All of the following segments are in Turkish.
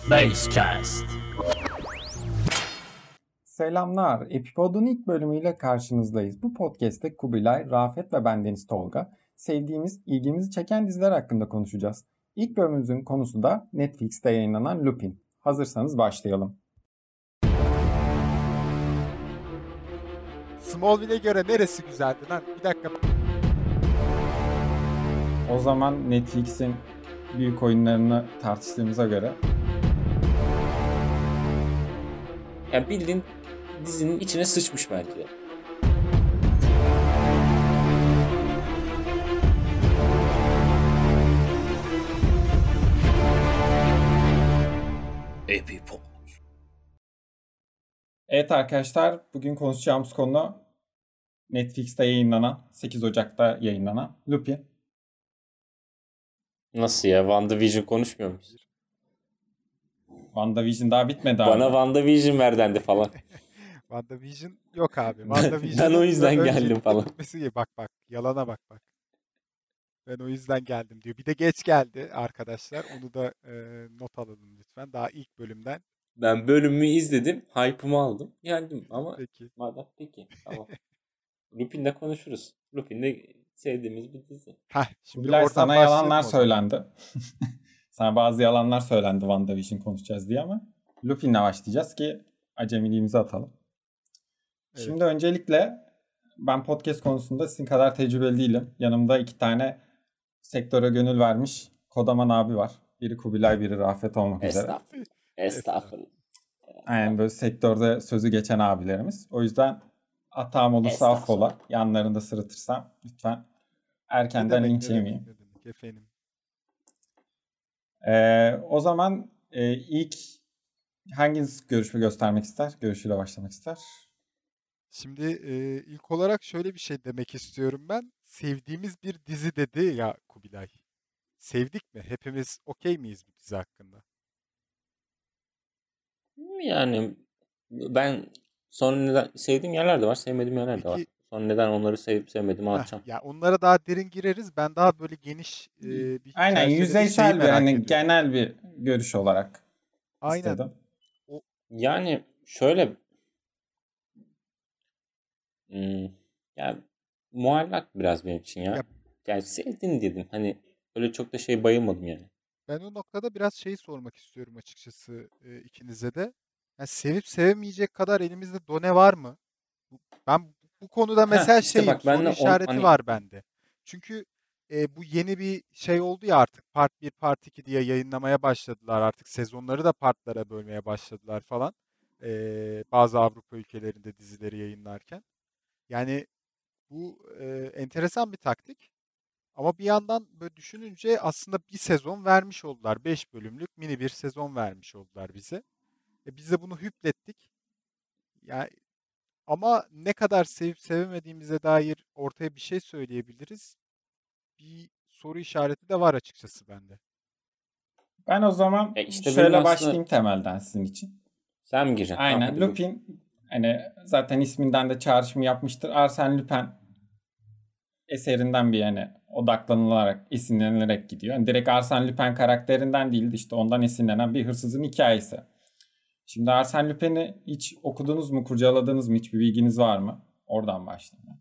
Basecast. Selamlar. Epipod'un ilk bölümüyle karşınızdayız. Bu podcast'te Kubilay, Rafet ve bendeniz Tolga sevdiğimiz, ilgimizi çeken diziler hakkında konuşacağız. İlk bölümümüzün konusu da Netflix'te yayınlanan Lupin. Hazırsanız başlayalım. Smallville'e göre neresi güzeldi lan? Bir dakika. O zaman Netflix'in büyük oyunlarını tartıştığımıza göre. Ya bildiğin dizinin içine sıçmış bence. Epipod. Evet arkadaşlar, bugün konuşacağımız konu Netflix'te yayınlanan, 8 Ocak'ta yayınlanan Lupin. Nasıl ya? WandaVision konuşmuyor muyuz? WandaVision daha bitmedi abi. Bana WandaVision ver dendi falan. WandaVision yok abi. Ben o yüzden geldim falan. Bak yalana bak. Ben o yüzden geldim diyor. Bir de geç geldi arkadaşlar. Onu da not alalım lütfen. Daha ilk bölümden. Ben bölümü izledim. Hype'ımı aldım. Geldim ama Peki. madem peki. Tamam. Lupin'de konuşuruz. Lupin'de sevdiğimiz bir dizi. Şimdi Kubilay, oradan sana başlayalım yalanlar o zaman. söylendi. Sana bazı yalanlar söylendi WandaVision konuşacağız diye ama Lupin'le başlayacağız ki acemiliğimizi atalım. Evet. Şimdi öncelikle ben podcast konusunda sizin kadar tecrübeli değilim. Yanımda 2 tane sektöre gönül vermiş kodaman abi var. Biri Kubilay, biri Rafet olmak üzere. Estağfurullah. Aynen, böyle sektörde sözü geçen abilerimiz. O yüzden hatam olursa affola. Yanlarında sırıtırsam lütfen erkenden linç yemeyeyim. Ne demek efendim? O zaman ilk hanginiz görüşümü göstermek ister? Görüşüyle başlamak ister. Şimdi ilk olarak şöyle bir şey demek istiyorum ben. Sevdiğimiz bir dizi dedi ya Kubilay. Sevdik mi? Hepimiz okey miyiz bu dizi hakkında? Yani ben sonra neden sevdiğim yerler de var, sevmediğim yerler de var. Peki. Sonra neden onları sevip sevmediğimi atacağım. Ya onlara daha derin gireriz. Ben daha böyle geniş bir Aynen, çerçevede yüzeysel şeyi bir merak hani ediyorum. genel bir görüş olarak Aynen. istedim. Yani şöyle yani muallak biraz benim için ya. Ya Yani sevdim dedim. Hani öyle çok da bayılmadım yani. ben o noktada biraz şeyi sormak istiyorum açıkçası ikinize de. Yani sevip sevemeyecek kadar elimizde done var mı? Ben bu konuda mesela İşte bak ben soru de işareti hani var bende. Çünkü bu yeni bir şey oldu ya artık Part 1, Part 2 diye yayınlamaya başladılar artık. Sezonları da partlara bölmeye başladılar falan. Bazı Avrupa ülkelerinde dizileri yayınlarken. Yani bu enteresan bir taktik. Ama bir yandan böyle düşününce aslında bir sezon vermiş oldular. 5 bölümlük mini bir sezon vermiş oldular bize. Biz de bunu hüplettik. Yani ama ne kadar sevip sevemediğimize dair ortaya bir şey söyleyebiliriz. Bir soru işareti de var açıkçası bende. Ben o zaman işte benim şöyle aslında başlayayım temelden sizin için. sen mi gireceksin? Tamam, Aynen, hadi buyur. Lupin hani zaten isminden de çağrışımı yapmıştır. Arsène Lupin eserinden bir yani odaklanılarak, esinlenilerek gidiyor. Yani direkt Arsène Lupin karakterinden değil de işte ondan esinlenen bir hırsızın hikayesi. Şimdi Arsène Lupin'i hiç okudunuz mu, kurcaladınız mı? Hiçbir bilginiz var mı? Oradan başlayayım.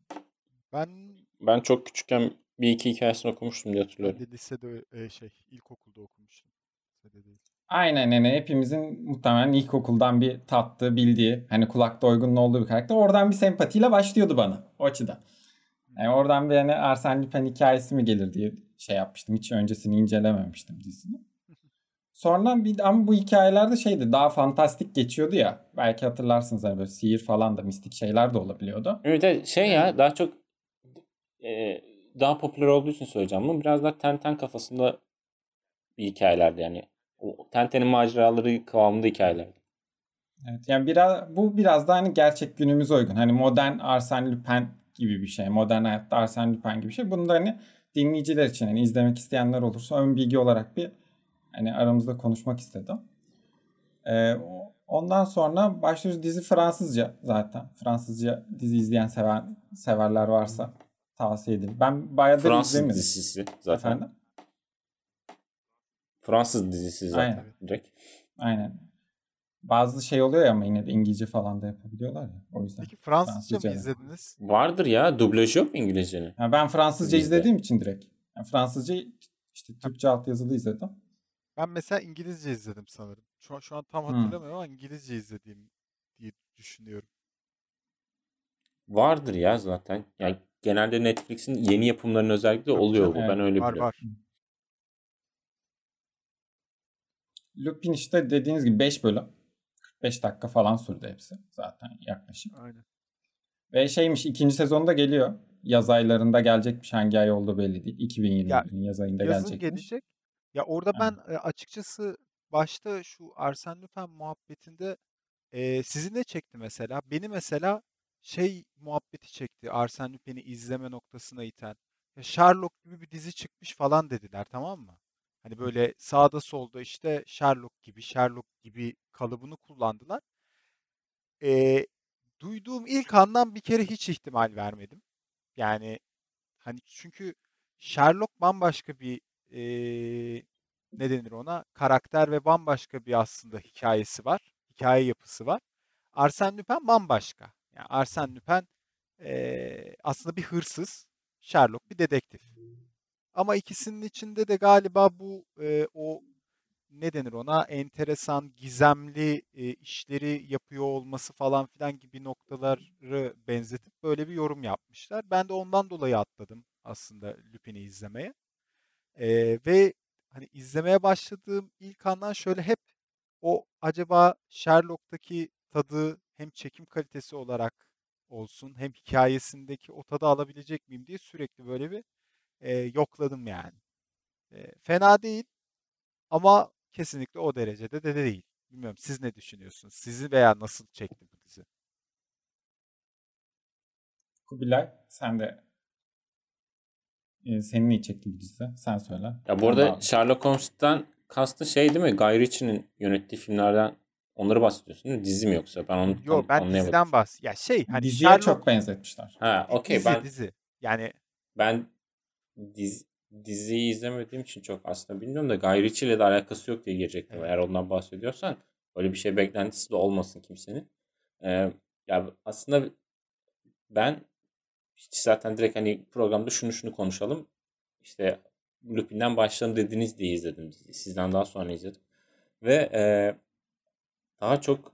Ben çok küçükken bir iki hikayesini okumuştum diye Ben hatırlıyorum. de lisede ilkokulda okumuştum. Lisede değil. Aynen, yani hepimizin muhtemelen ilkokuldan bir tattığı, bildiği, hani kulakta uygunun olduğu bir karakter. Oradan bir sempatiyle başlıyordu bana o açıdan. Yani oradan bir hani Arsène Lupin hikayesi mi gelir diye şey yapmıştım. Hiç öncesini incelememiştim dizini. Sonra ama bu hikayelerde daha fantastik geçiyordu ya. Belki hatırlarsınız, hani böyle sihir falan da, mistik şeyler de olabiliyordu. Evet ya daha çok daha popüler olduğu için söyleyeceğim bunu. Biraz daha Tenten kafasında bir hikayelerdi yani. O Tenten'in maceraları kıvamında hikayelerdi. Evet, yani biraz da hani gerçek günümüze uygun. Hani modern Arsène Lupin gibi bir şey. Modern hayatta Arsène Lupin gibi bir şey. Bunu da hani dinleyiciler için, hani izlemek isteyenler olursa ön bilgi olarak bir hani aramızda konuşmak istedim. Ondan sonra başlıyoruz. Dizi Fransızca zaten. Fransızca dizi izleyen severler varsa tavsiye ederim. Ben bayağıdır Fransız izlemedim. dizisi zaten. Efendim? Fransız dizisi zaten. Aynen. Direkt. Aynen. Bazı şey oluyor ya ama yine de İngilizce falan da yapabiliyorlar ya. O yüzden. Peki Fransızca mı Fransızca. izlediniz? Vardır ya. Dublajı yok mu İngilizcenin? Ya ben Fransızca Bizde. izlediğim için direkt. Yani Fransızca işte Türkçe altyazılı izledim. Ben mesela İngilizce izledim sanırım. Şu an tam Hmm. hatırlamıyorum ama İngilizce izlediğim diye düşünüyorum. Vardır ya zaten. Yani genelde Netflix'in yeni yapımlarının özellikle Tabii oluyor canım. bu. Evet. Ben öyle Var biliyorum. var. Lupin işte dediğiniz gibi 5 bölüm. 45 dakika falan sürdü hepsi zaten yaklaşık. Aynen. Ve şeymiş, ikinci sezonda geliyor. Yaz aylarında gelecekmiş, hangi ay olduğu belli değil. Ya 2021'in yaz ayında yazın gelecekmiş. gelecek. Ya orada Ha. ben açıkçası başta şu Arsène Lupin muhabbetinde sizi ne çekti mesela? Beni mesela şey muhabbeti çekti. Arsène Lupin'i izleme noktasına iten. Ya Sherlock gibi bir dizi çıkmış falan dediler, tamam mı? Hani böyle sağda solda işte Sherlock gibi kalıbını kullandılar. Eee, Duyduğum ilk andan bir kere hiç ihtimal vermedim. Yani hani çünkü Sherlock bambaşka bir ne denir ona? Karakter ve bambaşka bir aslında hikayesi var. Hikaye yapısı var. Arsène Lupin bambaşka. Yani Arsène Lupin aslında bir hırsız. Sherlock bir dedektif. Ama ikisinin içinde de galiba bu o ne denir ona? Enteresan, gizemli işleri yapıyor olması falan filan gibi noktaları benzetip böyle bir yorum yapmışlar. Ben de ondan dolayı atladım aslında Lupin'i izlemeye. Ve hani izlemeye başladığım ilk andan şöyle hep o acaba Sherlock'taki tadı hem çekim kalitesi olarak olsun hem hikayesindeki o tadı alabilecek miyim diye sürekli böyle bir yokladım yani. Fena değil. Ama kesinlikle o derecede de değil. Bilmiyorum, siz ne düşünüyorsunuz? Sizi veya nasıl çekti bu dizi? Kubilay, sen de senin iyi çekti bu dizi. Sen söyle. Ya bu Ben arada daha... Sherlock Holmes'tan kastın şey değil mi? Guy Ritchie'nin yönettiği filmlerden onları bahsediyorsun değil mi? Dizi mi yoksa? Ben onu Yo, tam ben anlayamadım diziden şu an. Ya şey hani Diziye Sherlock çok benzetmişler. Ha, okey. dizi. Yani Ben diz, diziyi izlemediğim için çok aslında bilmiyorum da Guy Ritchie ile de alakası yok diye girecektim. evet. Eğer ondan bahsediyorsan öyle bir şey beklentisi de olmasın kimsenin. Ya aslında ben hiç zaten direkt hani programda şunu konuşalım. İşte Lupin'den başlayalım dediniz diye izledim diziyi. Sizden daha sonra izledim. Ve daha çok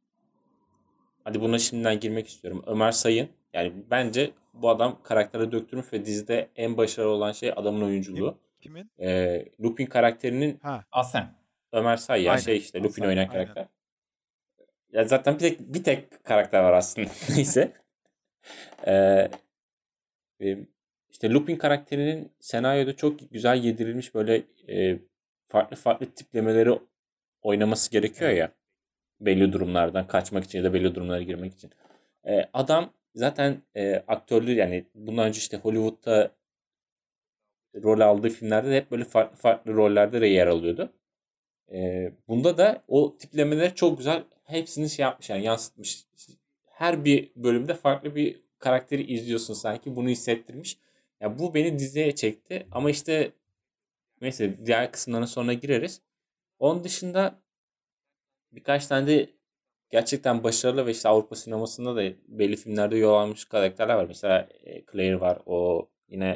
hadi buna şimdiden girmek istiyorum. Ömer Sayın. Yani bence bu adam karaktere döktürmüş ve dizide en başarılı olan şey adamın Kim? oyunculuğu. Kimin? Lupin karakterinin Ha, Asen. Ömer Say ya aynen. şey işte Lupin Asen. oynayan Aynen. karakter. Ya zaten bir tek karakter var aslında. Neyse. Ee, işte Lupin karakterinin senaryoda çok güzel yedirilmiş böyle farklı farklı tiplemeleri oynaması gerekiyor Evet. ya. Belli durumlardan kaçmak için ya da belli durumlara girmek için. Adam zaten aktörlüğü yani bundan önce işte Hollywood'da rol aldığı filmlerde de hep böyle farklı farklı rollerde de yer alıyordu. Bunda da o tiplemeleri çok güzel hepsini şey yapmış yani yansıtmış. Her bir bölümde farklı bir karakteri izliyorsun sanki bunu hissettirmiş. Ya bu beni diziye çekti ama işte neyse diğer kısımlarına sonra gireriz. Onun dışında birkaç tane de gerçekten başarılı ve işte Avrupa sinemasında da belli filmlerde yol almış karakterler var. Mesela Claire var. O yine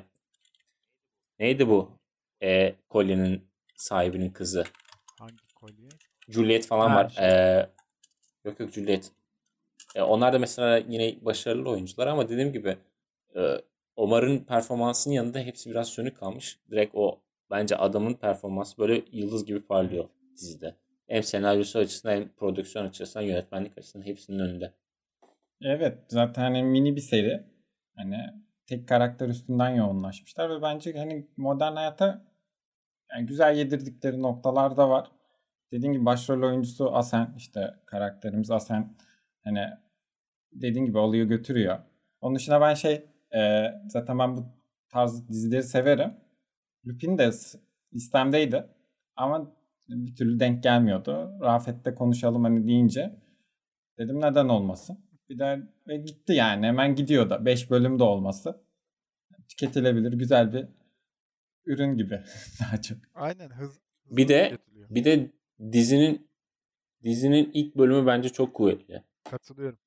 neydi bu? Kolye'nin sahibinin kızı. Hangi kolye? Juliet falan Ha, var. Yok Juliet. Onlar da mesela yine başarılı oyuncular ama dediğim gibi e, Omar'ın performansının yanında hepsi biraz sönük kalmış. Direkt o bence adamın performansı böyle yıldız gibi Evet. parlıyor dizide. Hem senaryosu açısından hem prodüksiyon açısından yönetmenlik açısından hepsinin önünde. evet, zaten hani mini bir seri. Hani tek karakter üstünden yoğunlaşmışlar ve bence hani modern hayata yani güzel yedirdikleri noktalar da var. Dediğim gibi başrol oyuncusu Asen, işte karakterimiz Asen, hani dediğin gibi oluyor götürüyor. Onun dışında ben zaten ben bu tarz dizileri severim. Lupin de listemdeydi ama bir türlü denk gelmiyordu. Rafet'te konuşalım hani deyince dedim neden olmasın. Bir de ve gitti yani, hemen gidiyor da 5 bölüm de olması. Tüketilebilir güzel bir ürün gibi daha çok. Aynen Bir hızlı de tüketiliyor. bir de dizinin dizinin ilk bölümü bence çok kuvvetli. Katılıyorum.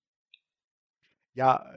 Ya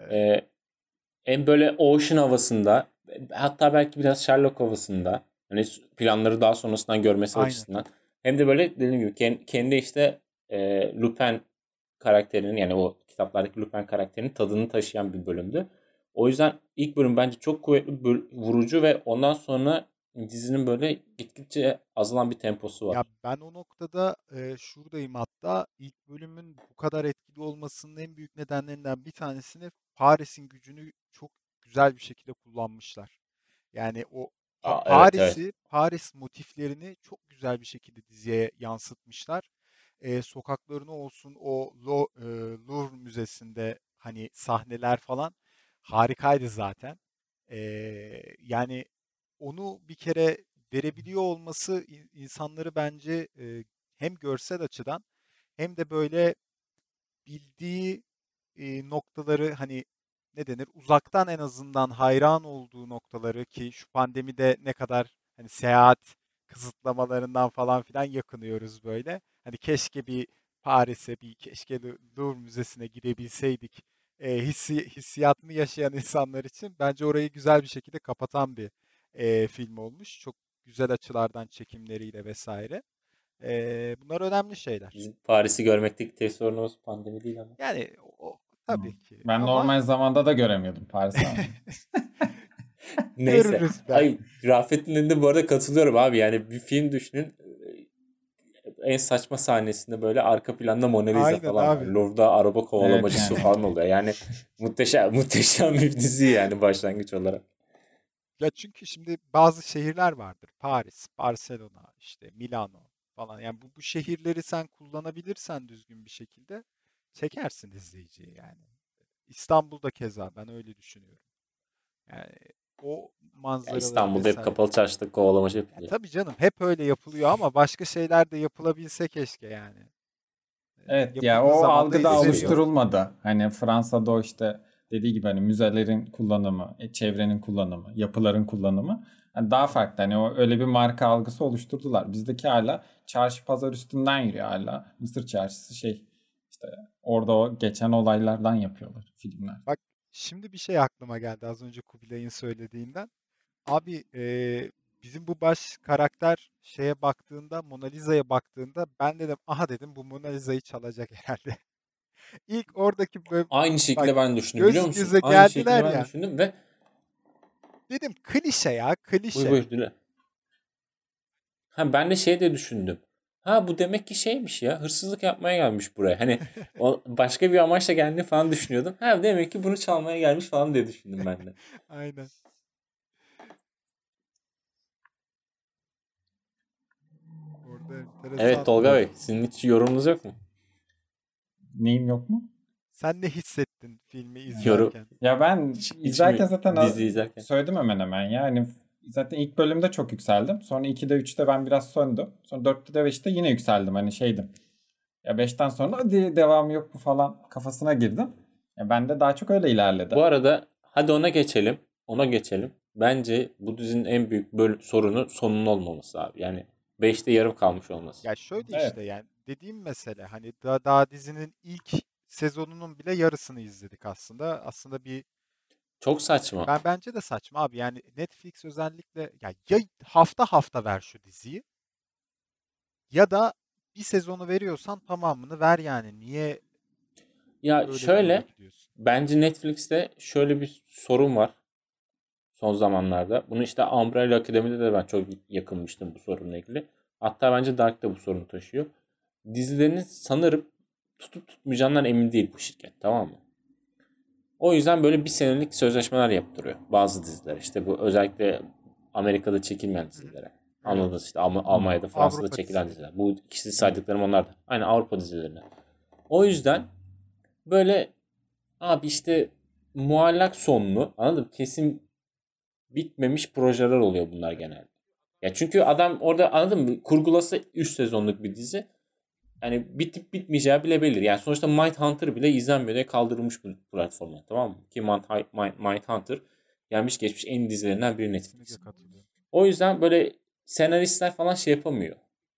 En böyle Ocean havasında, hatta belki biraz Sherlock havasında, hani planları daha sonrasından görmesi aynen. açısından, hem de böyle dediğim gibi kendi işte Lupin karakterinin, yani o kitaplardaki Lupin karakterinin tadını taşıyan bir bölümdü. O yüzden ilk bölüm bence çok kuvvetli, vurucu ve ondan sonra dizinin böyle gittikçe azalan bir temposu Ya var. ben o noktada şuradayım hatta. İlk bölümün bu kadar etkili olmasının en büyük nedenlerinden bir tanesini Paris'in gücünü çok güzel bir şekilde kullanmışlar. Yani o Evet, evet. Paris motiflerini çok güzel bir şekilde diziye yansıtmışlar. Sokaklarını olsun, o Louvre Müzesi'nde hani sahneler falan harikaydı zaten. Yani onu bir kere verebiliyor olması insanları bence hem görsel açıdan hem de böyle bildiği noktaları hani ne denir uzaktan en azından hayran olduğu noktaları ki şu pandemide ne kadar hani seyahat kısıtlamalarından falan filan yakınıyoruz böyle. Hani keşke bir Paris'e bir keşke Louvre Müzesi'ne girebilseydik hissiyatını yaşayan insanlar için bence orayı güzel bir şekilde kapatan bir film olmuş. Çok güzel açılardan çekimleriyle vesaire. Bunlar önemli şeyler. Bizim Paris'i görmekteki tek sorunumuz pandemi değil ama. Yani tabii ki Ben ama normal zamanda da göremiyordum Paris'i ama. Neyse. görürüz Ay, belki. Rafet'in de bu arada katılıyorum abi. Yani bir film düşünün. En saçma sahnesinde böyle arka planda Mona Lisa Aynen falan var. abi. Louvre'da araba Evet kovalamacısı yani. falan oluyor. Yani muhteşem bir dizi yani başlangıç olarak. Ya çünkü şimdi bazı şehirler vardır. Paris, Barcelona, işte Milano falan. Yani bu şehirleri sen kullanabilirsen düzgün bir şekilde çekersin izleyiciyi yani. İstanbul'da keza ben öyle düşünüyorum. Yani o Ya manzaraları İstanbul'da hep vesaire. kapalı çarşıda kovalamacı Ya yapılıyor. tabii canım hep öyle yapılıyor ama başka şeyler de yapılabilse keşke yani. Evet ya, Yapıldığı o zaman da algı da Keşke izleniyor. ya. oluşturulmadı. Hani Fransa'da o işte dediği gibi hani müzelerin kullanımı, çevrenin kullanımı, yapıların kullanımı hani daha farklı. Hani o öyle bir marka algısı oluşturdular. Bizdeki hala çarşı pazar üstünden yürüyor hala. Mısır çarşısı şey işte orada o geçen olaylardan yapıyorlar filmler. Bak şimdi bir şey aklıma geldi az önce Kubilay'ın söylediğinden. Abi bizim bu baş karakter şeye baktığında Mona Lisa'ya baktığında ben dedim aha dedim bu Mona Lisa'yı çalacak herhalde. İlk oradaki böyle Aynı bak şekilde ben düşündüm, biliyor göz musun? göze Aynı şekilde geldiler ben ya. düşündüm ve Dedim klişe ya buyur klişe. buyur Dile. Ha, ben de şey de düşündüm. Ha, bu demek ki şeymiş ya, hırsızlık yapmaya gelmiş buraya. Hani o başka bir amaçla geldiğini falan düşünüyordum. Ha, demek ki bunu çalmaya gelmiş falan diye düşündüm ben de. Aynen. Orada Evet enteresandı. Tolga Bey, sizin hiç yorumunuz yok mu? Neyim yok mu? Sen ne hissettin filmi Yorum izlerken? Ya ben hiç mi izlerken zaten dizi izlerken? söyledim hemen hemen. Yani zaten ilk bölümde çok yükseldim. Sonra 2'de 3'te ben biraz söndüm. Sonra 4'te de 5'te yine yükseldim. Hani şeydim. Ya 5'ten sonra hadi devamı yok mu falan kafasına girdim. Ya ben de daha çok öyle ilerledi. Bu arada hadi ona geçelim. Ona geçelim. Bence bu dizinin en büyük sorunu sonunun olmaması abi. Yani 5'te yarım kalmış olması. Ya şöyle işte Evet. yani dediğim mesele hani daha dizinin ilk sezonunun bile yarısını izledik aslında. Aslında bir Çok saçma. bence de saçma abi. Yani Netflix özellikle ya hafta hafta ver şu diziyi ya da bir sezonu veriyorsan tamamını ver yani. Niye Ya öyle bir yola şöyle, gidiyorsun? bence Netflix'te şöyle bir sorun var son zamanlarda. Bunu işte Umbrella Academy'de de ben çok yakınmıştım bu sorunla ilgili. Hatta bence Dark da bu sorunu taşıyor. Dizilerini sanırım tutup tutmayacağından emin değil bu şirket, tamam mı? O yüzden böyle bir senelik sözleşmeler yaptırıyor bazı diziler. İşte bu özellikle Amerika'da çekilmeyen Hı hı. dizilere. Anladınız Evet. işte Almanya'da, Fransa'da Avrupa çekilen dizileri. diziler. Bu ikisi saydıklarım onlar da. Aynı Avrupa dizilerine. O yüzden böyle abi işte muallak sonlu, anladın mı? Kesin bitmemiş projeler oluyor bunlar genelde. Ya çünkü adam orada, anladın mı? Kurgulasa 3 sezonluk bir dizi. Yani bitip bitmeyeceği bile belli. Yani sonuçta Mindhunter bile izlenmiyor diye kaldırılmış bu platformdan, tamam mı? Ki Mindhunter gelmiş geçmiş en iyi dizilerinden biri Kesinlikle Netflix'in. katılıyorum. O yüzden böyle senaristler falan şey yapamıyor.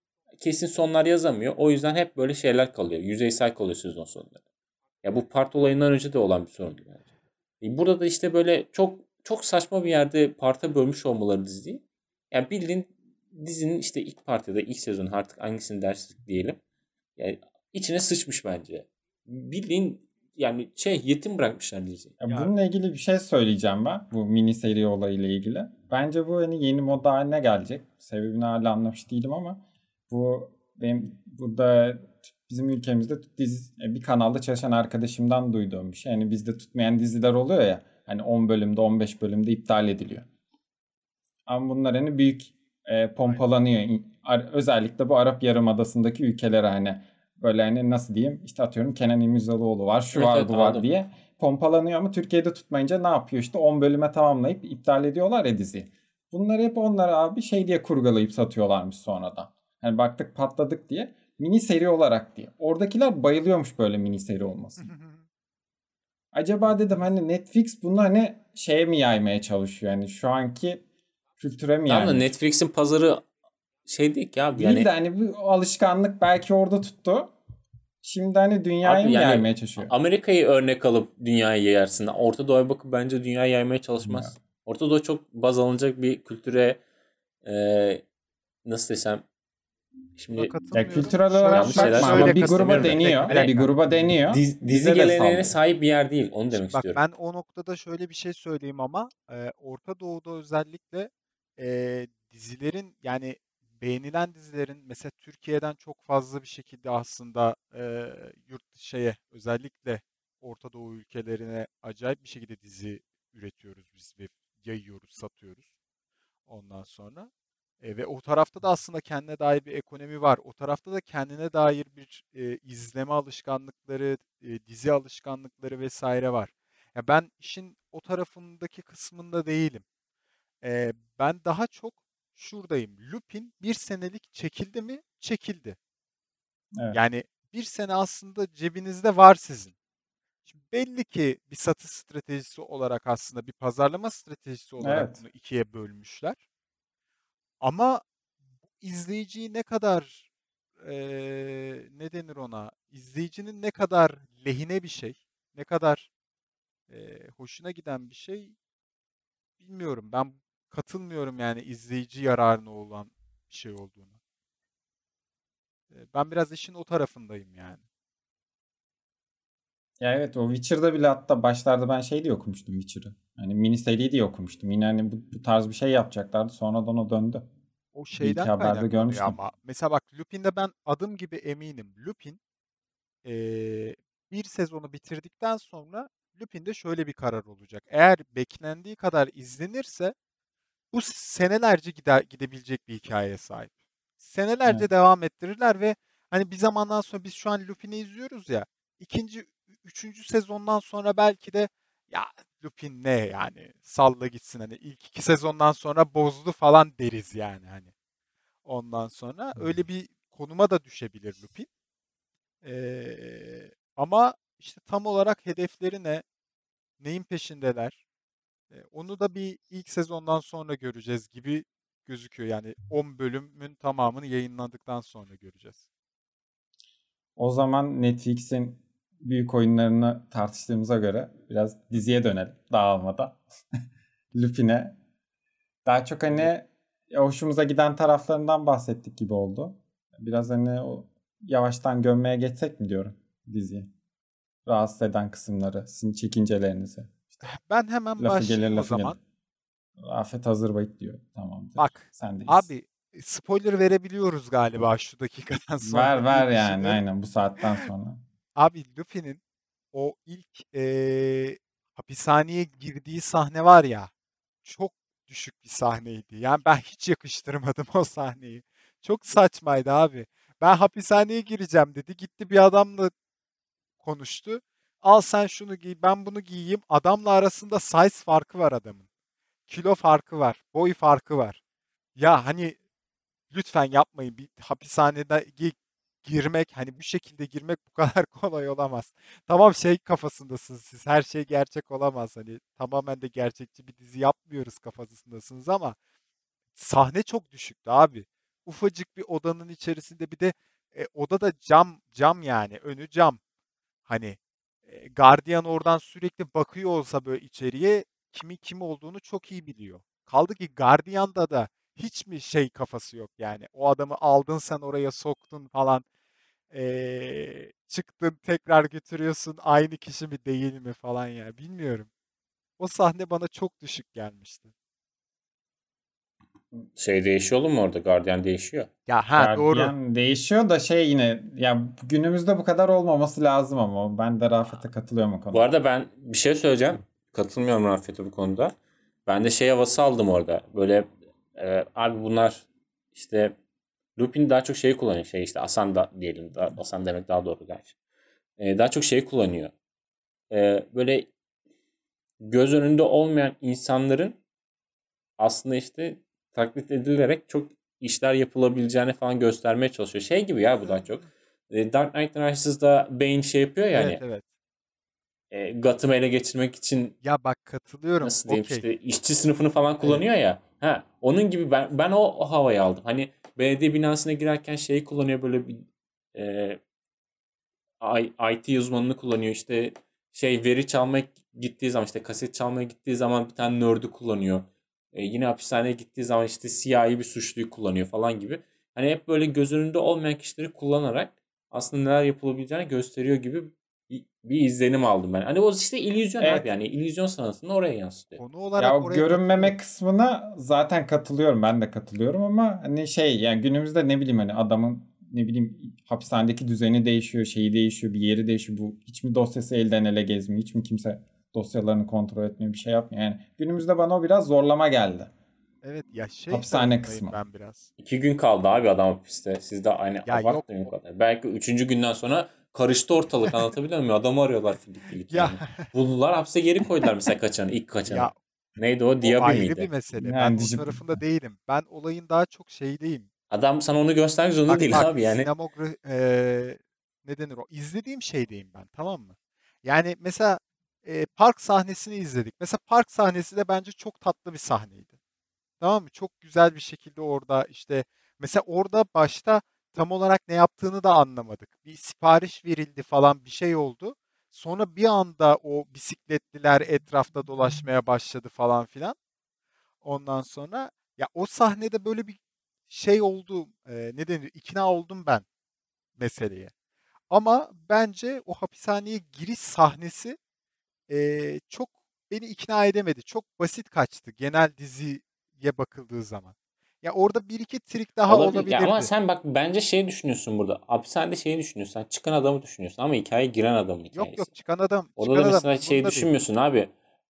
kesin sonlar yazamıyor. O yüzden hep böyle şeyler kalıyor. Yüzeysel kalıyor sezon sonları. Ya bu part olayından önce de olan bir sorundu bence. Burada da işte böyle çok çok saçma bir yerde parta bölmüş olmaları diziyi. Yani bildiğin dizinin işte ilk part ya da ilk sezon artık hangisini dersek diyelim. Yani içine sıçmış bence. Bildiğin yani yetim bırakmışlar diziyi. Ya Ya bununla ilgili bir şey söyleyeceğim ben. Bu mini seri olayıyla ilgili. Bence bu hani yeni moda haline gelecek. Sebebini hala anlamış değilim ama bu benim burada bizim ülkemizde bir kanalda çalışan arkadaşımdan duyduğum bir şey. Yani bizde tutmayan diziler oluyor ya. Hani 10 bölümde 15 bölümde iptal ediliyor. Ama bunlar hani büyük aynen. pompalanıyor. Özellikle bu Arap Yarımadası'ndaki ülkelere hani böyle hani nasıl diyeyim işte atıyorum Kenan İmirzalıoğlu var şu Evet var evet bu var anladım. diye pompalanıyor ama Türkiye'de tutmayınca ne yapıyor işte 10 bölüme tamamlayıp iptal ediyorlar ya diziyi. Bunları hep onlara abi şey diye kurgulayıp satıyorlarmış sonradan. Hani baktık patladık diye mini seri olarak diye. Oradakiler bayılıyormuş böyle mini seri olmasına. Acaba dedim hani Netflix bunu hani şeye mi yaymaya çalışıyor? Yani şu anki kültüre mi Tamam da yaymaya çalışıyor? Netflix'in pazarı değil ki abi. Değil de Yani hani bu alışkanlık belki orada tuttu. Şimdi hani dünyaya abi mı yani yaymaya çalışıyor? Amerika'yı örnek alıp dünyaya yayarsın. Orta Doğu'ya bakıp bence dünyaya yaymaya Bilmiyorum. çalışmaz. Orta Doğu çok baz alınacak bir kültüre nasıl desem Buna şimdi Ya katılmıyorum. kültürel olarak yanlış şeyler bakma ama söylemek bir gruba istemiyorum da. deniyor. Bir Bir dakika. gruba deniyor. Dizi Bize de geleneğine sallıyor. sahip bir yer değil. Onu demek Şimdi bak istiyorum. ben o noktada şöyle bir şey söyleyeyim ama Orta Doğu'da özellikle dizilerin yani beğenilen dizilerin mesela Türkiye'den çok fazla bir şekilde aslında yurt şeye özellikle Orta Doğu ülkelerine acayip bir şekilde dizi üretiyoruz biz ve yayıyoruz, satıyoruz ondan sonra. Ve o tarafta da aslında kendine dair bir ekonomi var. O tarafta da kendine dair bir izleme alışkanlıkları, dizi alışkanlıkları vesaire var. Ya ben işin o tarafındaki kısmında değilim. Ben daha çok şuradayım. Lupin bir senelik çekildi mi? Çekildi. Evet. Yani bir sene aslında cebinizde var sizin. Şimdi belli ki bir satış stratejisi olarak aslında bir pazarlama stratejisi olarak Evet. bunu ikiye bölmüşler. Ama izleyiciyi ne kadar ne denir ona? İzleyicinin ne kadar lehine bir şey, ne kadar hoşuna giden bir şey bilmiyorum. Ben katılmıyorum yani izleyici yararına olan bir şey olduğunu. Ben biraz işin o tarafındayım yani. Ya evet o Witcher'da bile hatta başlarda ben şey diye okumuştum Witcher'ı. Hani mini seri diye okumuştum. Yine hani bu tarz bir şey yapacaklardı. Sonradan o döndü. O Bir iki şeyden haberde kaynaklanıyor görmüştüm. ama. Mesela bak Lupin'de ben adım gibi eminim. Lupin bir sezonu bitirdikten sonra Lupin'de şöyle bir karar olacak. Eğer beklendiği kadar izlenirse bu senelerce gidebilecek bir hikayeye sahip. Evet. Senelerce devam ettirirler ve hani bir zamandan sonra biz şu an Lupin'i izliyoruz ya. İkinci, üçüncü sezondan sonra belki de ya Lupin ne yani salla gitsin hani ilk iki sezondan sonra bozdu falan deriz yani hani. Ondan sonra öyle bir konuma da düşebilir Lupin. Ama işte tam olarak hedefleri ne, neyin peşindeler? Onu da bir ilk sezondan sonra göreceğiz gibi gözüküyor. Yani 10 bölümün tamamını yayınlandıktan sonra göreceğiz. O zaman Netflix'in büyük oyunlarını tartıştığımıza göre biraz diziye dönelim dağılmadan. Lupin'e. Daha çok Olur. hani hoşumuza giden taraflarından bahsettik gibi oldu. Biraz hani o yavaştan gömmeye geçsek mi diyorum diziyi. Rahatsız eden kısımları, sizin çekincelerinizi. İşte Ben hemen lafı gelir başlayayım o lafı zaman. gelir. Afet hazır bayık diyor. Tamamdır. Bak Sendeyiz. abi spoiler verebiliyoruz galiba şu dakikadan Ver sonra diye ver yani düşünüyorum. aynen bu saatten sonra. Abi Luffy'nin o ilk hapishaneye girdiği sahne var ya çok düşük bir sahneydi. Yani ben hiç yakıştırmadım o sahneyi. Çok saçmaydı abi. Ben hapishaneye gireceğim dedi. Gitti bir adamla konuştu. Al sen şunu giy, ben bunu giyeyim. Adamla arasında size farkı var adamın. Kilo farkı var, boy farkı var. Ya hani lütfen yapmayın. Bir hapishanede girmek, hani bu şekilde girmek bu kadar kolay olamaz. Tamam şey kafasındasınız siz. Her şey gerçek olamaz. Hani tamamen de gerçekçi bir dizi yapmıyoruz kafasındasınız ama sahne çok düşüktü abi. ufacık bir odanın içerisinde bir de oda da cam yani önü cam. Hani gardiyan oradan sürekli bakıyor olsa böyle içeriye kimin kim olduğunu çok iyi biliyor. Kaldı ki gardiyanda da hiç mi şey kafası yok yani. O adamı aldın sen oraya soktun falan. Çıktın tekrar götürüyorsun aynı kişi mi değil mi falan ya bilmiyorum. O sahne bana çok düşük gelmişti. Şey değişiyor mu orada? Gardiyan değişiyor. Ya ha doğru. Gardiyan değişiyor da şey yine ya günümüzde bu kadar olmaması lazım ama ben de Rafet'e katılıyorum o Bu konuda. arada ben bir şey söyleyeceğim. Katılmıyorum Rafet'e bu konuda. Ben de şey havası aldım orada. Böyle abi bunlar işte Lupin daha çok şeyi kullanıyor. Şey işte Asan da diyelim. Asan demek daha doğru gerçi. Daha çok şey kullanıyor. Böyle göz önünde olmayan insanların aslında işte taklit edilerek çok işler yapılabileceğini falan göstermeye çalışıyor. Şey gibi ya bu daha çok. Dark Knight Rises'da Bane şey yapıyor ya Evet hani evet. Gotham'ı ele geçirmek için Ya bak katılıyorum. nasıl diyeyim Okey. işte işçi sınıfını falan Evet. kullanıyor ya. Ha, onun gibi ben o havayı aldım. Hani belediye binasına girerken şeyi kullanıyor böyle bir e, IT uzmanını kullanıyor. İşte şey veri çalmaya gittiği zaman işte kaset çalmaya gittiği zaman bir tane nerd'ü kullanıyor. Yine hapishaneye gittiği zaman işte siyahi bir suçluyu kullanıyor falan gibi. Hani hep böyle göz önünde olmayan kişileri kullanarak aslında neler yapılabileceğini gösteriyor gibi bir izlenim aldım ben. Hani o işte illüzyon abi Evet. yani illüzyon sanatını oraya yansıtıyor. Konu Ya olarak o oraya görünmeme katılıyorum. kısmına zaten katılıyorum. Ben de katılıyorum ama hani şey yani günümüzde ne bileyim hani adamın ne bileyim hapishanedeki düzeni değişiyor, şeyi değişiyor, bir yeri değişiyor. Bu hiç mi dosyası elden ele gezmiyor? Hiç mi kimse dosyalarını kontrol etmiyor, bir şey yapmıyor? Yani günümüzde bana o biraz zorlama geldi. Evet ya şey Hapishane tarafındayım kısmı. ben biraz. 2 gün kaldı abi adam hapiste. Siz de aynı Ya yok abartmayın o kadar. Belki üçüncü günden sonra karıştı ortalık anlatabiliyor muyum? Adamı arıyorlar filik filik ya yani. Buldular hapse geri koydular mesela kaçanı ilk ya kaçanı. Neydi o? o Diaby ayrı bir miydi? mesele. Ben Yani o tarafında değilim. Ben olayın daha çok şeydeyim. Adam sana onu göstermek zorunda Bak değil bak abi yani. ne denir o? İzlediğim şeydeyim ben tamam mı? Yani mesela park sahnesini izledik. Mesela park sahnesi de bence çok tatlı bir sahneydi. Tamam mı? Çok güzel bir şekilde orada işte mesela orada başta tam olarak ne yaptığını da anlamadık. Bir sipariş verildi falan bir şey oldu. Sonra bir anda o bisikletliler etrafta dolaşmaya başladı falan filan. Ondan sonra ya o sahnede böyle bir şey oldu. Ne denir? İkna oldum ben meseleye. Ama bence o hapishaneye giriş sahnesi çok beni ikna edemedi. Çok basit kaçtı genel diziye bakıldığı zaman. Ya orada bir iki trik daha Olabilir. Ya ama olabilirdi. sen bak bence şey düşünüyorsun burada. Hapishanede şeyi düşünüyorsun. Sen çıkan adamı düşünüyorsun ama hikaye giren adamın Yok hikayesi. yok çıkan adam, Orada çıkan da adam mesela şey umurumda değil. düşünmüyorsun abi.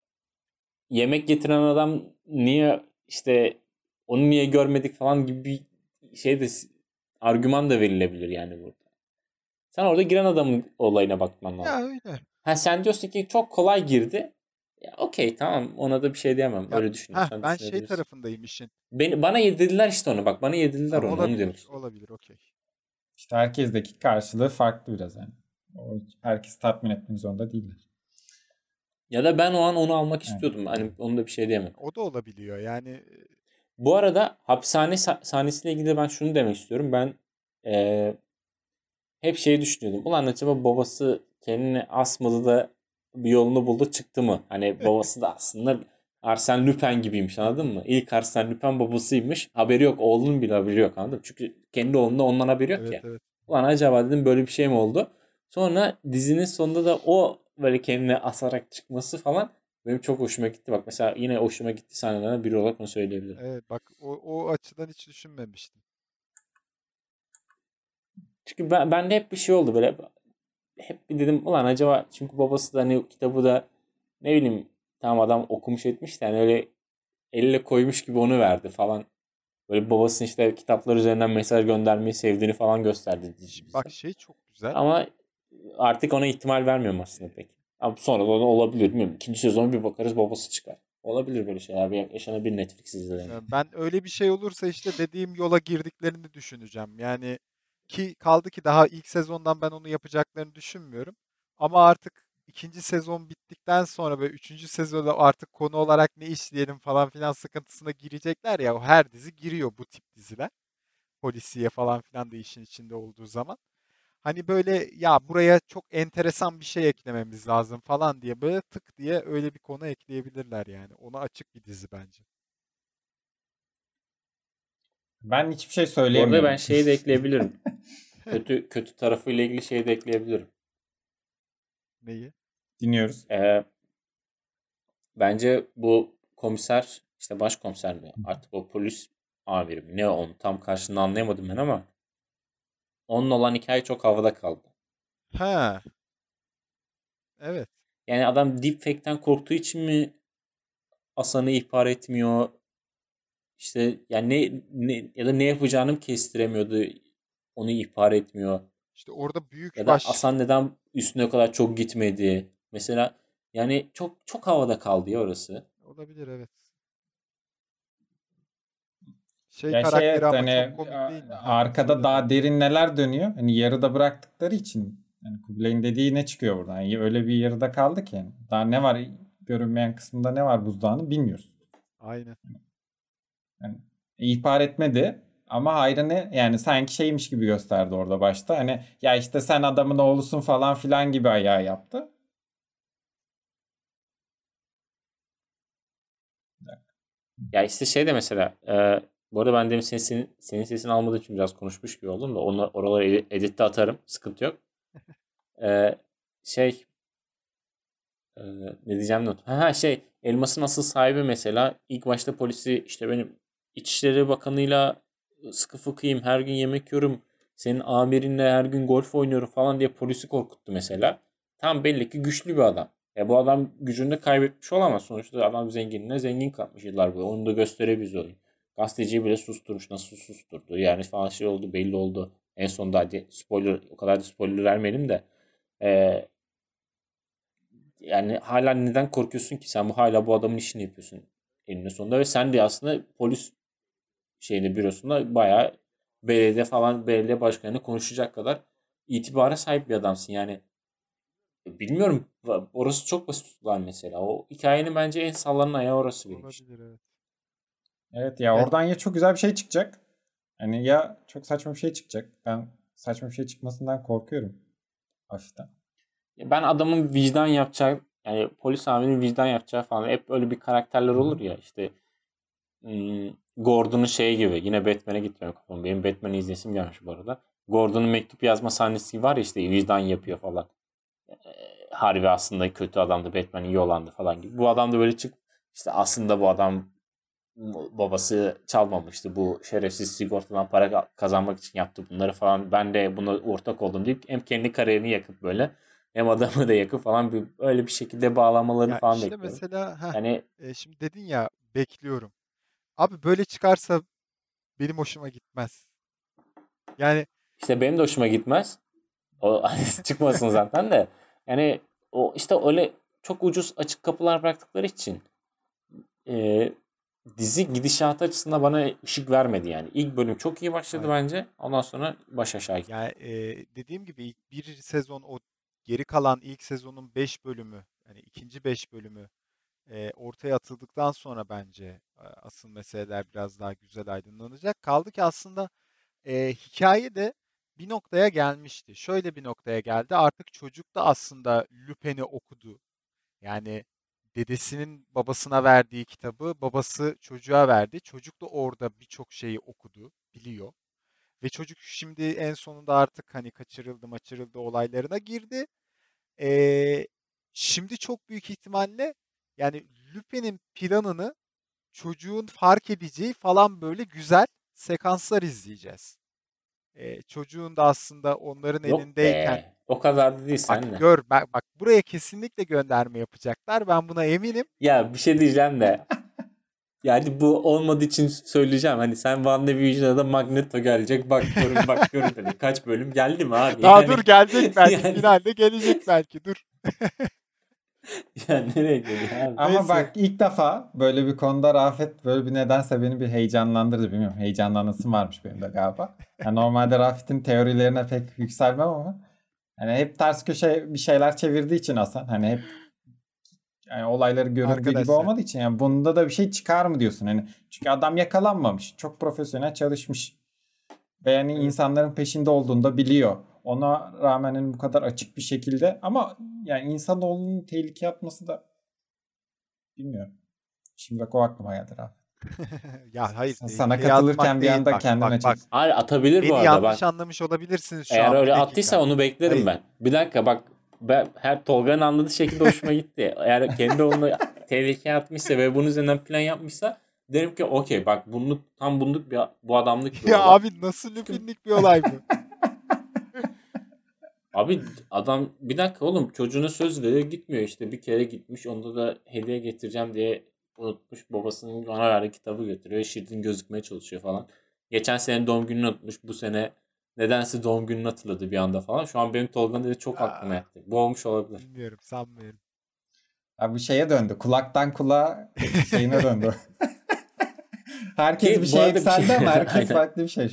Yemek getiren adam niye işte onu niye görmedik falan gibi bir şey de argüman da verilebilir yani burada. Sen orada giren adamın olayına bakman Ya lazım. öyle. Ha sen diyorsun ki çok kolay girdi. Ya okey tamam ona da bir şey diyemem. Ya Öyle düşünüyorsan ben şey düşünebilirsin. tarafındayım işin. Bana yedirdiler işte onu bak. Bana yedirdiler Ha, onu demek olabilir, istiyorum. olabilir, okey. işte herkesteki karşılığı farklı biraz yani. O, herkes tatmin etmek zorunda değiller. Ya da ben o an onu almak Yani. istiyordum. Hani onu da bir şey diyemem. O da olabiliyor. Yani Bu arada hapishane sahnesiyle ilgili ben şunu demek istiyorum. Ben eee, hep şeyi düşünüyordum. Ulan acaba babası kendini asmadı da bir yolunu buldu çıktı mı? Hani babası da aslında Arsène Lupin gibiymiş anladın mı? İlk Arsène Lupin babasıymış. Haberi yok. Oğlunun bile haberi yok anladın mı? Çünkü kendi oğlunda ondan haberi yok evet ya. evet. Ulan acaba dedim böyle bir şey mi oldu? Sonra dizinin sonunda da o böyle kendini asarak çıkması falan benim çok hoşuma gitti. Bak mesela yine hoşuma gitti sahnelerden biri olarak onu söyleyebilirim. Evet bak o açıdan hiç düşünmemiştim. Çünkü ben de hep bir şey oldu böyle hep bir dedim ulan acaba çünkü babası da hani kitabı da ne bileyim tamam adam okumuş etmiş de hani öyle elle koymuş gibi onu verdi falan. Böyle babasının işte kitaplar üzerinden mesaj göndermeyi sevdiğini falan gösterdi Bak dizimizde. şey çok güzel. Ama artık ona ihtimal vermiyorum aslında pek. Ama sonra da olabilir bilmiyorum. İkinci sezon bir bakarız babası çıkar. Olabilir böyle şeyler. Bir yaşanabilir Netflix dizilerinde. Ben öyle bir şey olursa işte dediğim yola girdiklerini düşüneceğim. Yani ki kaldı ki daha ilk sezondan ben onu yapacaklarını düşünmüyorum. Ama artık ikinci sezon bittikten sonra ve üçüncü sezonda artık konu olarak ne işleyelim falan filan sıkıntısına girecekler ya. O her dizi giriyor bu tip diziler. polisiye falan filan da işin içinde olduğu zaman. Hani böyle ya buraya çok enteresan bir şey eklememiz lazım falan diye böyle tık diye öyle bir konu ekleyebilirler yani. Ona açık bir dizi bence. Ben hiçbir şey Bu arada ben söyleyemiyorum. şeyi de ekleyebilirim. Kötü tarafıyla ilgili şeyi de ekleyebilirim. Neyi? Dinliyoruz. Bence bu komiser işte başkomiser mi? Artık o polis amiri mi? Ne onun tam karşılığını anlayamadım ben ama onun olan hikaye çok havada kaldı. Ha, evet. Yani adam deepfake'ten korktuğu için mi Hasan'ı ihbar etmiyor? İşte yani ne ya da ne yapacağını mı kestiremiyordu? Onu ihbar etmiyor. İşte orada büyük Ya da Hasan neden üstüne o kadar çok gitmedi? Mesela yani çok çok havada kaldı ya orası. olabilir, evet. Ya Karakteri evet ama hani çok komik değil mi? Heh, arkada söyle daha söyle. derin neler dönüyor. Hani yarıda bıraktıkları için yani Kubilay'ın dediği ne çıkıyor buradan? Yani öyle bir yarıda kaldı ki. Yani. Daha ne var görünmeyen kısmında ne var buzdağını bilmiyoruz. Aynen. Yani ihbar etmedi ama hayrını yani sanki şeymiş gibi gösterdi orada başta. Hani ya işte sen adamın oğlusun falan filan gibi ayağı yaptı. Ya işte şey de mesela bu arada ben demin senin sesini almadığım için biraz konuşmuş gibi oldum da onu oraları editte atarım. Sıkıntı yok. E, şey e, ne diyeceğim not. Elmas'ın asıl sahibi mesela ilk başta polisi işte benim İçişleri Bakanı'yla sıkı fıkıyım her gün yemek yiyorum. Senin amirinle her gün golf oynuyorum falan diye polisi korkuttu mesela. Tam belli ki güçlü bir adam. Bu adam gücünü de kaybetmiş olamaz. Sonuçta adam zenginine zengin katmış yıllar boyu. Onu da gösterebiliyor. Oyun. Gazeteciyi bile susturmuş. Nasıl susturdu? Yani falan şey oldu belli oldu. En sonunda hadi spoiler o kadar da spoiler vermeyelim de. Ee, Yani hala neden korkuyorsun ki? Sen hala bu adamın işini yapıyorsun eninde sonunda ve sen de aslında polis bürosunda bayağı belediye başkanı konuşacak kadar itibara sahip bir adamsın. Yani bilmiyorum orası çok basit tutulan mesela. O hikayenin bence en sallanan ayağı orası benim için. Olabilir, evet. Evet ya Yani oradan ya çok güzel bir şey çıkacak. Hani ya çok saçma bir şey çıkacak. Ben saçma bir şey çıkmasından korkuyorum hafiften. Ben adamın vicdan yapacağı yani polis amirinin vicdan yapacağı falan hep öyle bir karakterler Hı hı. olur ya işte Gordon'un şey gibi yine Batman'e gitmiyorum kafam. Benim Batman'i izlesim gelmiş bu arada. Gordon'un mektup yazma sahnesi var ya işte vicdan yapıyor falan. Harvey aslında kötü adamdı. Batman iyi olandı falan gibi. Bu adam da böyle işte aslında bu adam babası çalmamıştı. Bu şerefsiz sigortadan para kazanmak için yaptı bunları falan. Ben de buna ortak oldum deyip hem kendi kariyerini yakıp böyle hem adamı da yakıp falan öyle bir şekilde bağlamalarını ya falan işte bekliyorum. mesela Yani şimdi dedin ya bekliyorum. Abi böyle çıkarsa benim hoşuma gitmez. Yani işte benim de hoşuma gitmez. O çıkmasın zaten de. Yani o işte öyle çok ucuz açık kapılar bıraktıkları için e, dizi gidişatı açısından bana ışık vermedi yani. İlk bölüm çok iyi başladı aynen. bence. Ondan sonra baş aşağı gitti. Yani dediğim gibi ilk bir sezon o geri kalan ilk sezonun 5 bölümü yani ikinci 5 bölümü ortaya atıldıktan sonra bence asıl meseleler biraz daha güzel aydınlanacak. Kaldı ki aslında hikaye de bir noktaya gelmişti. Şöyle bir noktaya geldi. Artık çocuk da aslında Lupin'i okudu. Yani dedesinin babasına verdiği kitabı babası çocuğa verdi. Çocuk da orada birçok şeyi okudu, biliyor. Ve çocuk şimdi en sonunda artık hani kaçırıldı olaylarına girdi. Ee, Şimdi çok büyük ihtimalle yani Lupin'in planını çocuğun fark edeceği falan böyle güzel sekanslar izleyeceğiz. Çocuğun da aslında onların Yok elindeyken be. O kadar da değil bak senle. gör bak buraya kesinlikle gönderme yapacaklar. Ben buna eminim. Ya bir şey diyeceğim de. Yani bu olmadığı için söyleyeceğim. Hani sen WandaVision'da da Magneto gelecek. Bak görün dedi. Kaç bölüm geldi mi abi? Daha dur Yani gelecek belki yani finalde gelecek belki dur. yani nereye geliyor abi? Ama Neyse. bak ilk defa böyle bir konuda Rafet böyle bir nedense beni bir heyecanlandırdı. Bilmiyorum heyecanlanasım varmış benim de galiba. Yani normalde Rafet'in teorilerine pek yükselmem ama hani hep ters köşe bir şeyler çevirdiği için Hasan hani hep yani olayları görüldüğü gibi Arkadaşlar olmadığı için yani bunda da bir şey çıkar mı diyorsun hani çünkü adam yakalanmamış. Çok profesyonel çalışmış. Ve yani Evet. insanların peşinde olduğunu da biliyor. Ona rağmen hani bu kadar açık bir şekilde ama yani insanoğlunun tehlikeye atması da bilmiyorum. Şimdi bak o aklıma geldi Rafet. Ya hayır, Sana tehlikeye katılırken atmak bir değil. anda Bak kendime bak bak. çek. Hayır, atabilir bu Beni arada. yanlış Bak, anlamış olabilirsiniz şu eğer an. Bir öyle dakika. attıysa onu beklerim Hayır. ben. Bir dakika bak, ben her Tolga'nın anladığı şekilde hoşuma gitti. Eğer kendi onu tehlikeye atmışsa ve bunun üzerinden plan yapmışsa derim ki okey, bak tam bunluk bu adamlık bir Ya olay. abi nasıl Çünkü Lupin'lik bir olay bu? abi adam bir dakika oğlum, çocuğuna söz veriyor gitmiyor, işte bir kere gitmiş, onda da hediye getireceğim diye unutmuş, babasının ona verdiği kitabı götürüyor, şirin gözükmeye çalışıyor falan. Geçen sene doğum gününü unutmuş, bu sene nedense doğum gününü hatırladı bir anda falan. Şu an benim Tolga'nın dediği çok aklıma Aa, yattı. Bu olmuş olabilir. bilmiyorum, sanmıyorum. Abi şeye döndü. Kulaktan kulağa şeyine döndü. Herkes bir Ki bu şey arada bir şey yükseldi ama herkes aynen, farklı bir şey.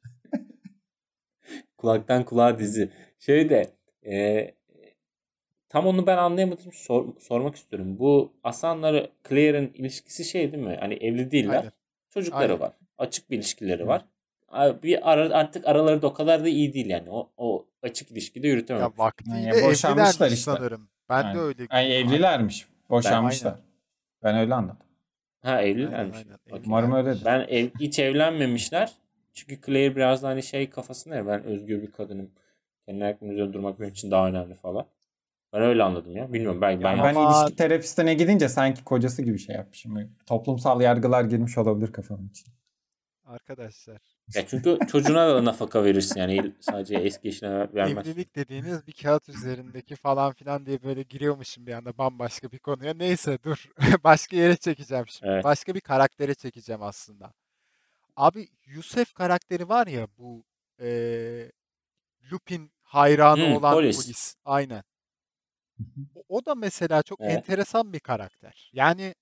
kulaktan kulağa dizi. Şey de e, tam onu ben anlayamadım. Sormak istiyorum. Bu Hasan'la Claire'in ilişkisi şey değil mi? Hani evli değiller. Aynen. Çocukları Aynen. var. Açık bir ilişkileri Evet. var. Artık araları da o kadar da iyi değil yani. O açık ilişkide Ya yürütememişler. vaktiyle Yani boşanmışlar evlilermiş işte. sanırım. Ben de Yani, öyle. ay Aynen. evlilermiş. Ben Aynen. Boşanmışlar. Ben öyle anladım. ha, Aynen evlilermiş. aynen. Okey. Umarım Evlilermiş. öyledir. Ben hiç evlenmemişler. Çünkü Claire biraz da hani şey kafasında ya, ben özgür bir kadınım. Kendi ayaklarının üzerinde durmak benim için daha önemli falan. Ben öyle anladım ya. Bilmiyorum, ben Ya ben Ben yanlış anladım. ilişki aman terapistine gidince sanki kocası gibi şey yapmışım. Toplumsal yargılar girmiş olabilir kafamın içine. arkadaşlar. Ya çünkü çocuğuna da nafaka verirsin yani, sadece eski eşine vermezsin. Evlilik dediğiniz bir kağıt üzerindeki falan filan diye böyle giriyormuşum bir anda bambaşka bir konuya. Neyse dur. Başka yere çekeceğim şimdi. Evet. Başka bir karaktere çekeceğim aslında. Abi Yusuf karakteri var ya, bu Lupin hayranı olan Polis. polis. Aynen. O da mesela çok Evet. enteresan bir karakter. Yani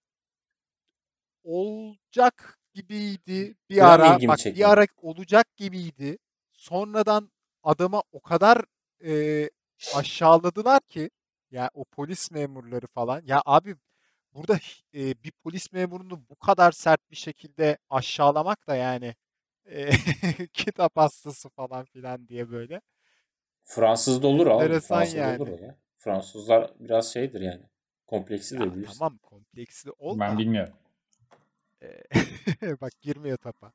olacak gibiydi bir Gram ara. ilgimi Bak bir çekmedi. ara olacak gibiydi. Sonradan adama o kadar aşağıladılar ki, ya o polis memurları falan. Ya abi burada bir polis memurunu bu kadar sert bir şekilde aşağılamak da yani eee, kitap hastası falan filan diye böyle. Fransız'da olur abi. Enteresan Fransa'da olur yani. o ya. Fransızlar biraz şeydir yani. Ya Kompleksidir, bilirsin. tamam, kompleksli ol Ben da bilmiyorum. eee, bak girmiyor tapa.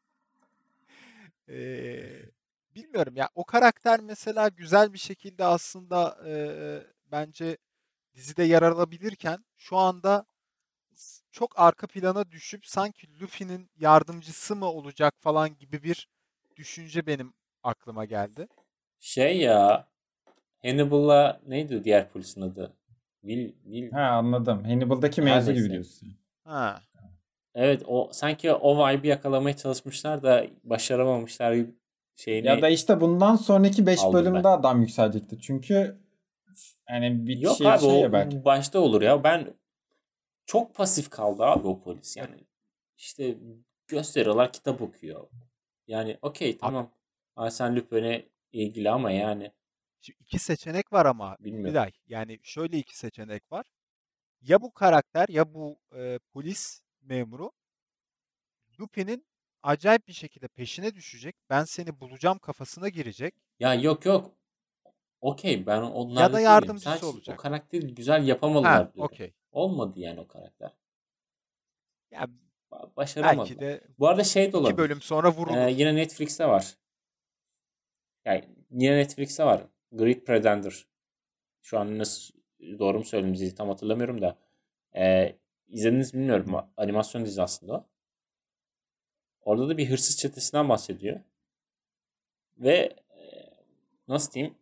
Eee, bilmiyorum ya, o karakter mesela güzel bir şekilde aslında bence dizide yer alabilirken şu anda çok arka plana düşüp sanki Luffy'nin yardımcısı mı olacak falan gibi bir düşünce benim aklıma geldi. Şey ya, Hannibal'la neydi diğer polisin adı? Will, Ha anladım. Hannibal'daki her mevzu gibi neyse. diyorsun. Ha. Evet, o sanki o vibe'ı yakalamaya çalışmışlar da başaramamışlar gibi Ya da şeyini işte bundan sonraki 5 aldım ben. bölümde adam yükselecektir. Çünkü yani Yok bitiş abi, şey o ya belki. başta olur ya. Ben çok pasif kaldı abi o polis yani. İşte gösteriyorlar, kitap okuyor. Yani okey, Abi tamam. Arsène Lupin'e ilgili ama yani şimdi iki seçenek var ama bilmiyorum. Kubilay. Yani şöyle iki seçenek var. Ya bu karakter ya bu polis memuru Lupin'in acayip bir şekilde peşine düşecek. Ben seni bulacağım kafasına girecek. Ya yok yok. Okey, ben Ya da onlarda değilim. yardımcısı Sadece o olacak. karakteri güzel Ha, yapamadılar diyorum. okey. Olmadı yani o karakter. Ya belki Başaramadılar. de Bu arada şey de 2 bölüm olabilir. sonra vurulur. Yine Netflix'te var. Yani yine Netflix'te var. Great Pretender. Şu an nasıl, doğru mu söyledim diziyi tam hatırlamıyorum da. İzlediniz bilmiyorum. Animasyon dizi aslında o. Orada da bir hırsız çetesinden bahsediyor. Ve nasıl diyeyim,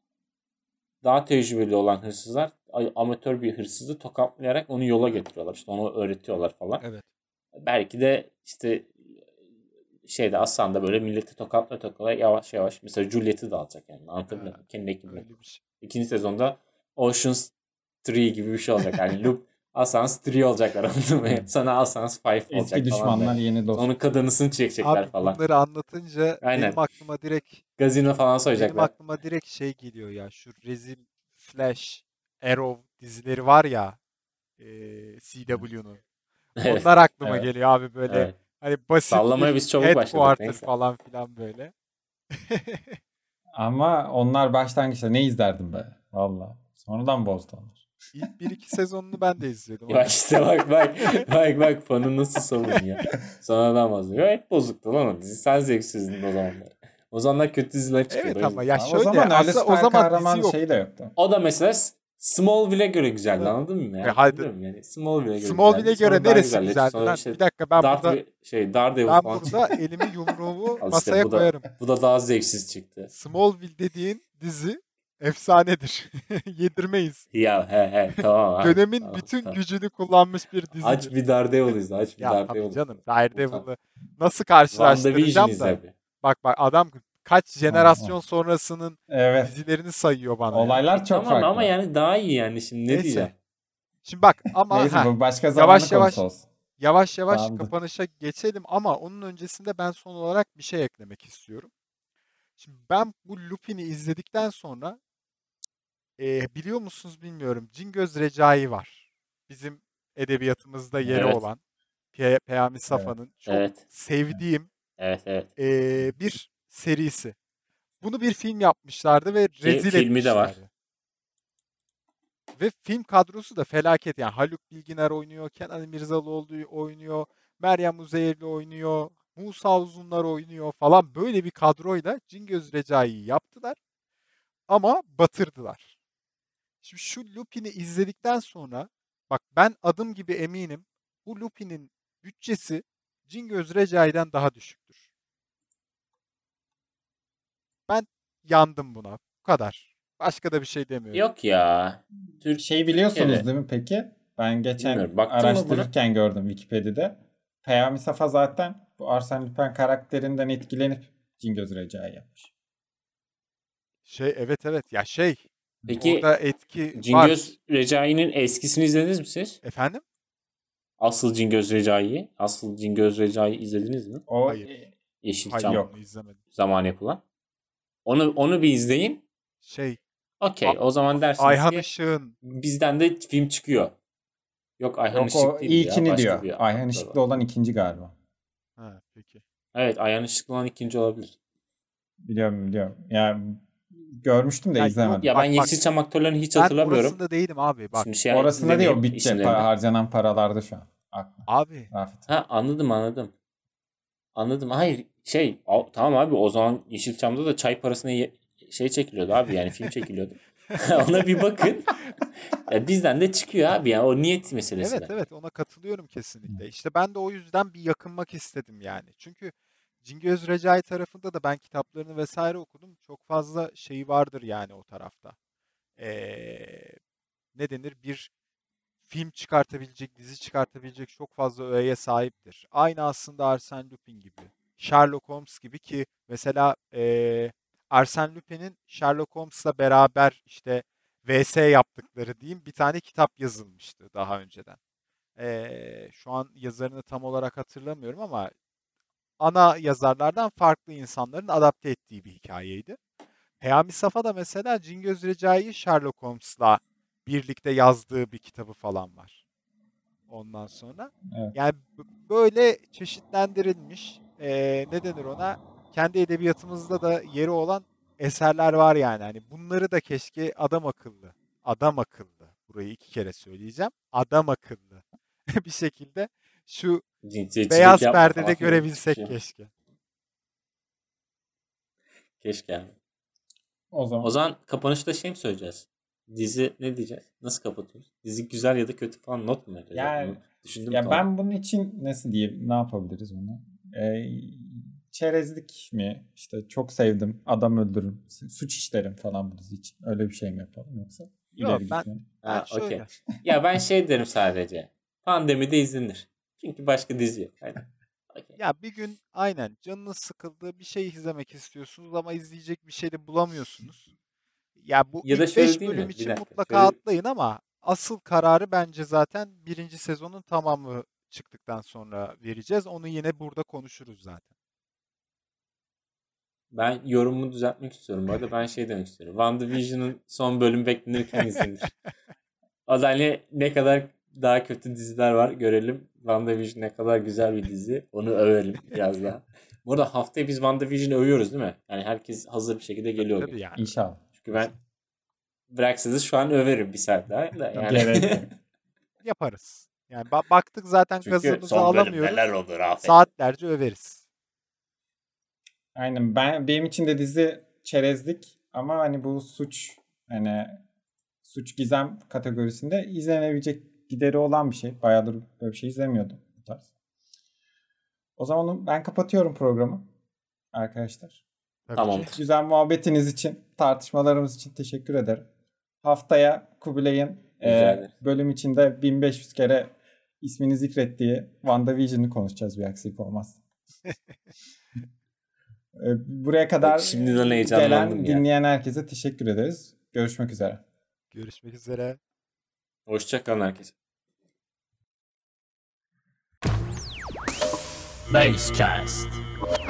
daha tecrübeli olan hırsızlar amatör bir hırsızı tokatlayarak onu yola getiriyorlar. İşte onu öğretiyorlar falan. Evet. Belki de işte şeyde Aslan'da böyle milleti tokatla yavaş yavaş. Mesela Juliet'i de alacak yani. Anlatabiliyor Ha, muyum? Kendi ekibine. öyle bir şey. İkinci sezonda Ocean's 3 gibi bir şey olacak. Yani Loop Asans 3 olacaklar, anladın mı? Evet. Sonra Asans 5 Eski olacak falan düşmanlar böyle. yeni Sonra dost. onun kadınısını çekecekler Abi falan. bunları anlatınca Aynen. Gazino falan benim soyacaklar. aklıma direkt şey geliyor ya. Şu rezil Flash, Arrow dizileri var ya, CW'nun. Evet. Onlar aklıma Evet. geliyor abi, böyle Evet. hani basit Sallamaya bir biz çabuk başladık, headquarter neyse. falan filan böyle. Ama onlar başlangıçta ne izlerdim be. Valla. Sonradan bozdu onlar. İlk 1-2 sezonunu ben de izledim. Ya işte bak fanı nasıl savunuyor. Sonradan vazgeçiyor. Hep bozuktu lan o dizi. Sen zevksizdin o zamanlar. O zamanlar kötü diziler çıkıyordu. Evet ama ya Ama o şöyle zaman öyle aslında o süper zaman kahraman dizi yok. şeyi de yoktu. O da mesela Smallville'e göre güzeldi, Evet. anladın mı? Yani, Hadi. anladın mı? Yani Smallville'e göre Smallville'e güzeldi. göre Sonra daha neresi güzelleşti. güzeldi Sonra lan? işte Bir dakika ben Daredevil ben falan burada çıktı. elimi yumruğumu Al masaya işte koyarım. bu da daha zevksiz çıktı. Smallville dediğin dizi efsanedir. Yedirmeyiz. Ya he tamam abi. Dönemin Tamam, bütün tamam. gücünü kullanmış bir dizidir. Aç bir Daredevil izle. Aç bir Ya tabii Daredevil canım izle. Daredevil'ı nasıl WandaVision karşılaştıracağım da. izle bir. Bak adam kaç jenerasyon Aa, sonrasının evet. dizilerini sayıyor bana ya. Olaylar çok Tamam ama farklı. yani daha iyi yani şimdi ne Neyse. diyeceğim? Şimdi bak ama Neyse bu başka zamanın yavaş konusu olsun. yavaş Dağıldı. kapanışa geçelim ama onun öncesinde ben son olarak bir şey eklemek istiyorum. Şimdi ben bu Lupin'i izledikten sonra biliyor musunuz bilmiyorum. Cingöz Recai var. Bizim edebiyatımızda yeri Evet. olan Peyami Safa'nın çok Evet. sevdiğim Evet. bir serisi. Bunu bir film yapmışlardı ve Ki rezil filmi de var. etmişlerdi. Ve film kadrosu da felaket yani. Haluk Bilginer oynuyor, Kenan İmirzalıoğlu oynuyor, Meryem Uzeyirli oynuyor, Musa Uzunlar oynuyor falan. Böyle bir kadroyla Cingöz Recai'yi yaptılar ama batırdılar. Şimdi şu Lupin'i izledikten sonra bak ben adım gibi eminim bu Lupin'in bütçesi Cingöz Recai'den daha düşüktür. Ben yandım buna. Bu kadar. Başka da bir şey demiyorum. Yok ya. Şey biliyorsunuz Türkiye'de. değil mi peki? Ben geçen Bilmiyorum. Baktın mı buna? araştırırken gördüm Wikipedia'da. Peyami Safa zaten bu Arsène Lupin karakterinden etkilenip Cingöz Recai yapmış. Evet ya Peki orada etki var. Cingöz Recai'nin eskisini izlediniz mi siz? Efendim? Asıl Cingöz Recai'yi. Asıl Cingöz Recai'yi izlediniz mi? O Hayır. Hayır Yeşilçam yok. onu izlemedim. zamanı yapılan. Onu bir izleyin. Okey. O zaman dersiniz Ayhan ki Işık'ın bizden de film çıkıyor. Yok Ayhan yok o Işık değil ya. ilkini Başka diyor. bir Ayhan aktör Işık'lı var. olan ikinci galiba. Ha, peki. Evet Ayhan Işıklı olan ikinci olabilir. Biliyorum. Ya görmüştüm de Ya izlemedim. yok. Ya ben Bak, Yeşilçam aktörlerini hiç Ben hatırlamıyorum. orasında değilim abi. Bak Şimdi Orasında değil o demeyeyim bütçe isimlerini. harcanan paralarda şu an. Aklı. abi Rafet. Ha anladım. Anladım. Hayır tamam abi o zaman Yeşilçam'da da çay parasına şey çekiliyordu abi yani film çekiliyordu. Ona bir bakın. Ya bizden de çıkıyor abi ya o niyet meselesi. evet ona katılıyorum kesinlikle. İşte ben de o yüzden bir yakınmak istedim yani. Çünkü Cingöz Recai tarafında da ben kitaplarını vesaire okudum. Çok fazla şey vardır yani o tarafta. Ne denir? Bir film çıkartabilecek, dizi çıkartabilecek çok fazla öğeye sahiptir. Aynı aslında Arsène Lupin gibi. Sherlock Holmes gibi ki mesela Arsène Lupin'in Sherlock Holmes'la beraber işte VS yaptıkları diyeyim bir tane kitap yazılmıştı daha önceden. Şu an yazarını tam olarak hatırlamıyorum ama ana yazarlardan farklı insanların adapte ettiği bir hikayeydi. Peyami Safa da mesela Cingöz Recai'yi Sherlock Holmes'la birlikte yazdığı bir kitabı falan var. Ondan sonra. Evet. Yani böyle çeşitlendirilmiş ne denir ona? Kendi edebiyatımızda da yeri olan eserler var yani. Hani bunları da keşke adam akıllı burayı 2 kere söyleyeceğim. Adam akıllı bir şekilde şu Cinsiyetçilik beyaz yapma perdede falan. görebilsek Hiçbir şey yok. keşke. Keşke yani. O zaman. O zaman kapanışta şey mi söyleyeceğiz? Dizi ne diyeceğiz? Nasıl kapatıyoruz? Dizi güzel ya da kötü falan not mu vereceğiz? Yani, Düşündüm ya tamam. ben bunun için nasıl diyeyim, ne yapabiliriz onu? Çerezlik mi? İşte çok sevdim, adam öldürürüm, suç işlerim falan bu dizi için. Öyle bir şey mi yapalım yoksa? Yok, İleri ben- gitmeyelim. Ha, şöyle. okey. Ya ben şey derim sadece. Pandemide izlenir. Çünkü başka dizi yok. Hadi. Okey. Ya bir gün aynen canınız sıkıldı bir şey izlemek istiyorsunuz ama izleyecek bir şey de bulamıyorsunuz. Ya bu Ya da ilk şöyle 5 değil mi? bölüm Bir için dakika, mutlaka şöyle- atlayın ama asıl kararı bence zaten 1. sezonun tamamı çıktıktan sonra vereceğiz. Onu yine burada konuşuruz zaten. Ben yorumumu düzeltmek istiyorum. Bu arada ben şey demek istiyorum. WandaVision'ın son bölümü beklenirken izlenir. O da hani ne kadar daha kötü diziler var görelim. WandaVision ne kadar güzel bir dizi. Onu övelim biraz daha. Bu arada haftaya biz WandaVision'ı övüyoruz değil mi? Yani herkes hazır bir şekilde geliyor. Tabii yani. İnşallah. Çünkü ben bıraksınız şu an överim bir saat daha. Da yani. Gerek yok. Yaparız. Yani baktık zaten Çünkü gazımızı son bölüm alamıyoruz. neler olur Rafet. Saatlerce överiz. Aynen. Benim için de dizi çerezlik ama hani bu suç gizem kategorisinde izlenebilecek gideri olan bir şey. Bayağıdır böyle bir şey izlemiyordum bu tarz. O zaman ben kapatıyorum programı arkadaşlar. Tabii Tamam. ki. Güzel muhabbetiniz için, tartışmalarımız için teşekkür ederim. Haftaya Kubilay'ın bölüm içinde 1500 kere ismini zikrettiği WandaVision'ı konuşacağız bir aksilik olmaz. Buraya kadar şimdiden heyecanlandım gelen, dinleyen herkese teşekkür ederiz. Görüşmek üzere. Görüşmek üzere. Hoşça kalın herkese. Basecast.